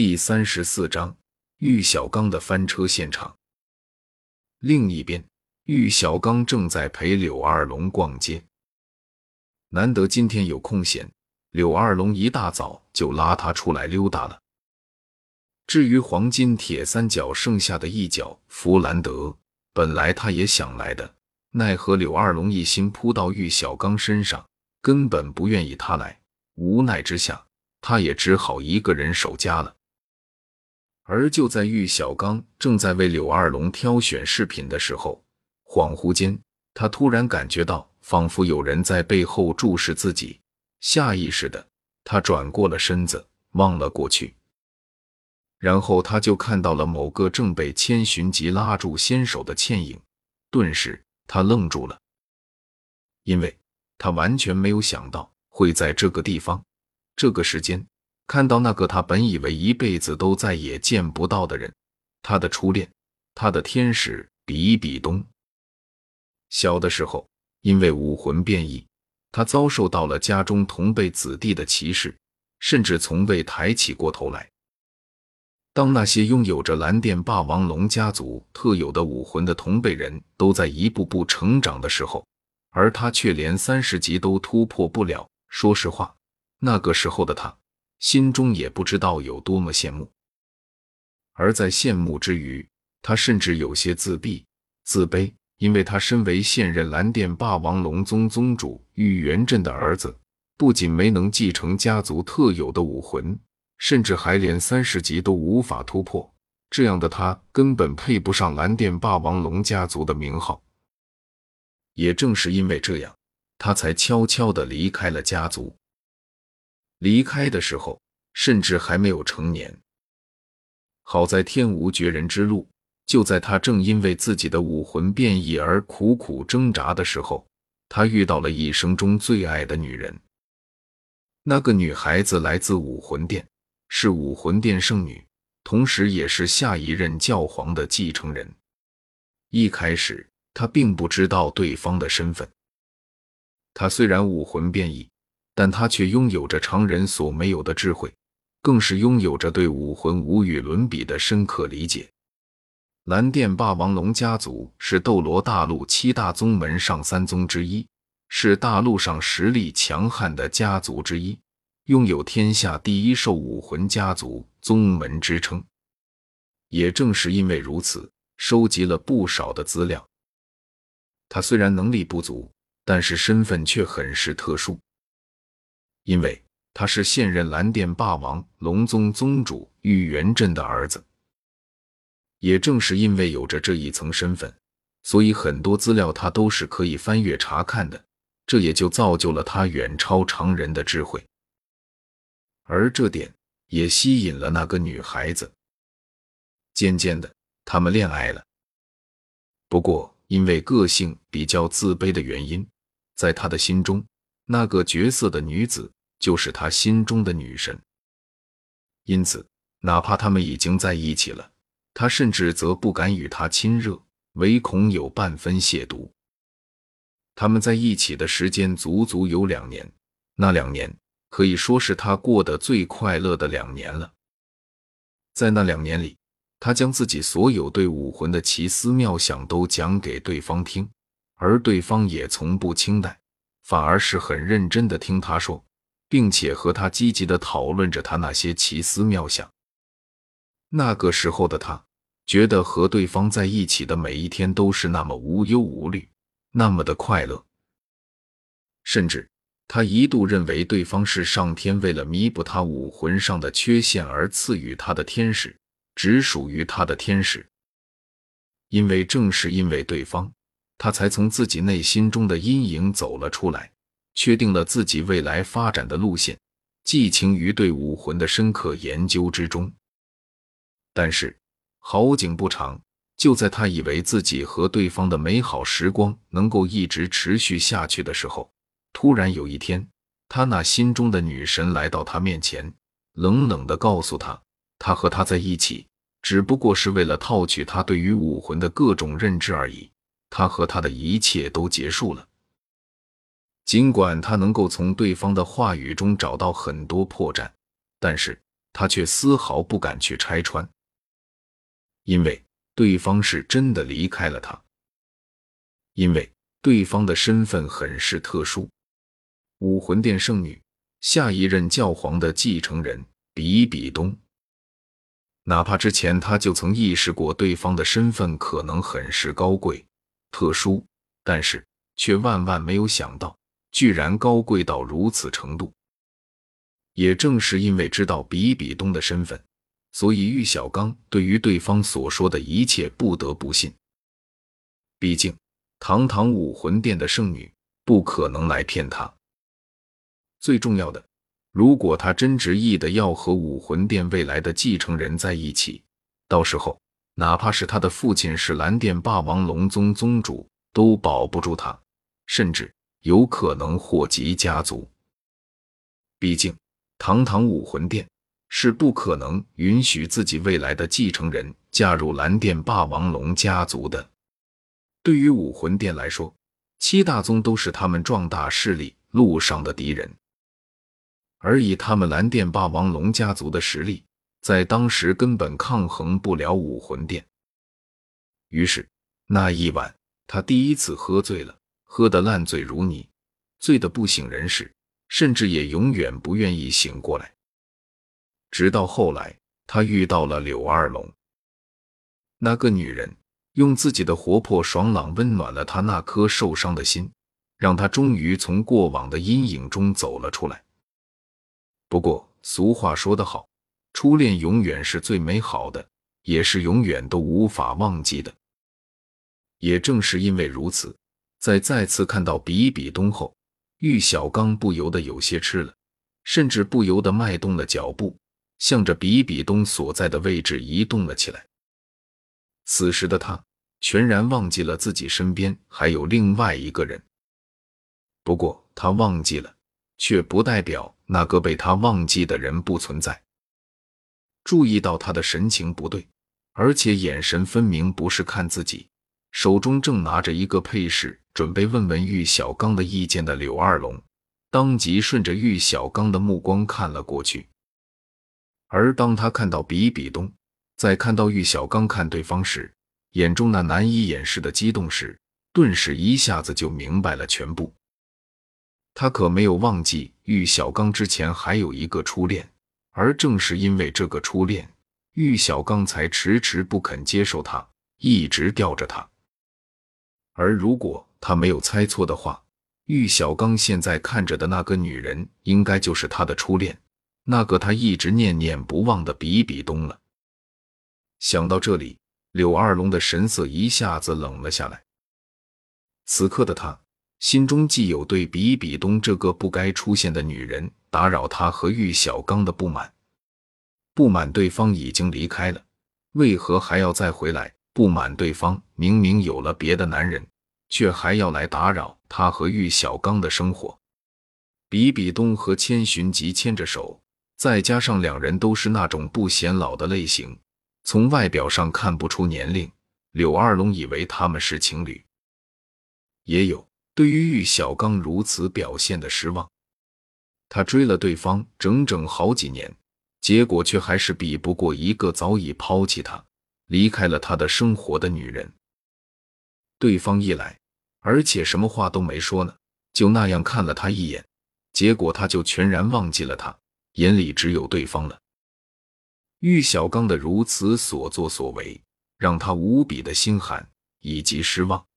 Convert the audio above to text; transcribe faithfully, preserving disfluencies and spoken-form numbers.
第三十四章玉小刚的翻车现场。另一边，玉小刚正在陪柳二龙逛街。难得今天有空闲，柳二龙一大早就拉他出来溜达了。至于黄金铁三角剩下的一角弗兰德，本来他也想来的，奈何柳二龙一心扑到玉小刚身上，根本不愿意他来，无奈之下，他也只好一个人守家了。而就在玉小刚正在为柳二龙挑选饰品的时候，恍惚间他突然感觉到仿佛有人在背后注视自己，下意识的他转过了身子，望了过去。然后他就看到了某个正被千寻疾拉住纤手的倩影，顿时他愣住了，因为他完全没有想到会在这个地方，这个时间看到那个他本以为一辈子都再也见不到的人，他的初恋，他的天使比比东。小的时候，因为武魂变异，他遭受到了家中同辈子弟的歧视，甚至从未抬起过头来。当那些拥有着蓝电霸王龙家族特有的武魂的同辈人都在一步步成长的时候，而他却连三十级都突破不了，说实话，那个时候的他心中也不知道有多么羡慕。而在羡慕之余，他甚至有些自闭、自卑，因为他身为现任蓝电霸王龙宗宗主玉元镇的儿子，不仅没能继承家族特有的武魂，甚至还连三十级都无法突破，这样的他根本配不上蓝电霸王龙家族的名号。也正是因为这样，他才悄悄地离开了家族。离开的时候，甚至还没有成年。好在天无绝人之路，就在他正因为自己的武魂变异而苦苦挣扎的时候，他遇到了一生中最爱的女人。那个女孩子来自武魂殿，是武魂殿圣女，同时也是下一任教皇的继承人。一开始，他并不知道对方的身份。他虽然武魂变异，但他却拥有着常人所没有的智慧，更是拥有着对武魂无与伦比的深刻理解。蓝电霸王龙家族是斗罗大陆七大宗门上三宗之一，是大陆上实力强悍的家族之一，拥有天下第一兽武魂家族宗门之称。也正是因为如此，收集了不少的资料。他虽然能力不足，但是身份却很是特殊。因为他是现任蓝电霸王龙宗宗主玉元镇的儿子。也正是因为有着这一层身份，所以很多资料他都是可以翻阅查看的，这也就造就了他远超常人的智慧。而这点也吸引了那个女孩子。渐渐的，他们恋爱了。不过因为个性比较自卑的原因，在他的心中，那个角色的女子就是他心中的女神。因此，哪怕他们已经在一起了，他甚至则不敢与她亲热，唯恐有半分亵渎。他们在一起的时间足足有两年，那两年可以说是他过得最快乐的两年了。在那两年里，他将自己所有对武魂的奇思妙想都讲给对方听，而对方也从不轻待，反而是很认真地听他说，并且和他积极地讨论着他那些奇思妙想。那个时候的他，觉得和对方在一起的每一天都是那么无忧无虑，那么的快乐。甚至，他一度认为对方是上天为了弥补他武魂上的缺陷而赐予他的天使，只属于他的天使。因为正是因为对方，他才从自己内心中的阴影走了出来，确定了自己未来发展的路线，寄情于对武魂的深刻研究之中。但是好景不长，就在他以为自己和对方的美好时光能够一直持续下去的时候，突然有一天，他那心中的女神来到他面前，冷冷地告诉他，他和他在一起只不过是为了套取他对于武魂的各种认知而已，他和他的一切都结束了。尽管他能够从对方的话语中找到很多破绽，但是他却丝毫不敢去拆穿，因为对方是真的离开了他，因为对方的身份很是特殊，武魂殿圣女，下一任教皇的继承人比比东。哪怕之前他就曾意识过对方的身份可能很是高贵、特殊，但是却万万没有想到，居然高贵到如此程度。也正是因为知道比比东的身份，所以玉小刚对于对方所说的一切不得不信。毕竟，堂堂武魂殿的圣女不可能来骗他。最重要的，如果他真执意的要和武魂殿未来的继承人在一起，到时候哪怕是他的父亲是蓝电霸王龙宗宗主，都保不住他，甚至有可能祸及家族。毕竟，堂堂武魂殿是不可能允许自己未来的继承人嫁入蓝电霸王龙家族的。对于武魂殿来说，七大宗都是他们壮大势力路上的敌人。而以他们蓝电霸王龙家族的实力，在当时根本抗衡不了武魂殿。于是那一晚，他第一次喝醉了，喝得烂醉如泥，醉得不省人事，甚至也永远不愿意醒过来。直到后来，他遇到了柳二龙，那个女人用自己的活泼爽朗温暖了他那颗受伤的心，让他终于从过往的阴影中走了出来。不过俗话说得好，初恋永远是最美好的，也是永远都无法忘记的。也正是因为如此，在再次看到比比东后，玉小刚不由得有些吃了，甚至不由得迈动了脚步，向着比比东所在的位置移动了起来。此时的他全然忘记了自己身边还有另外一个人。不过他忘记了，却不代表那个被他忘记的人不存在。注意到他的神情不对，而且眼神分明不是看自己，手中正拿着一个配饰，准备问问玉小刚的意见的柳二龙，当即顺着玉小刚的目光看了过去。而当他看到比比东，在看到玉小刚看对方时，眼中那难以掩饰的激动时，顿时一下子就明白了全部。他可没有忘记玉小刚之前还有一个初恋，而正是因为这个初恋，玉小刚才迟迟不肯接受他，一直吊着他。而如果他没有猜错的话，玉小刚现在看着的那个女人，应该就是他的初恋，那个他一直念念不忘的比比东了。想到这里，柳二龙的神色一下子冷了下来。此刻的他心中既有对比比东这个不该出现的女人打扰他和玉小刚的不满，不满对方已经离开了，为何还要再回来，不满对方明明有了别的男人，却还要来打扰他和玉小刚的生活。比比东和千寻疾牵着手，再加上两人都是那种不显老的类型，从外表上看不出年龄，柳二龙以为他们是情侣。也有对于玉小刚如此表现的失望，他追了对方整整好几年，结果却还是比不过一个早已抛弃他、离开了他的生活的女人。对方一来，而且什么话都没说呢，就那样看了他一眼，结果他就全然忘记了他，眼里只有对方了。玉小刚的如此所作所为，让他无比的心寒以及失望。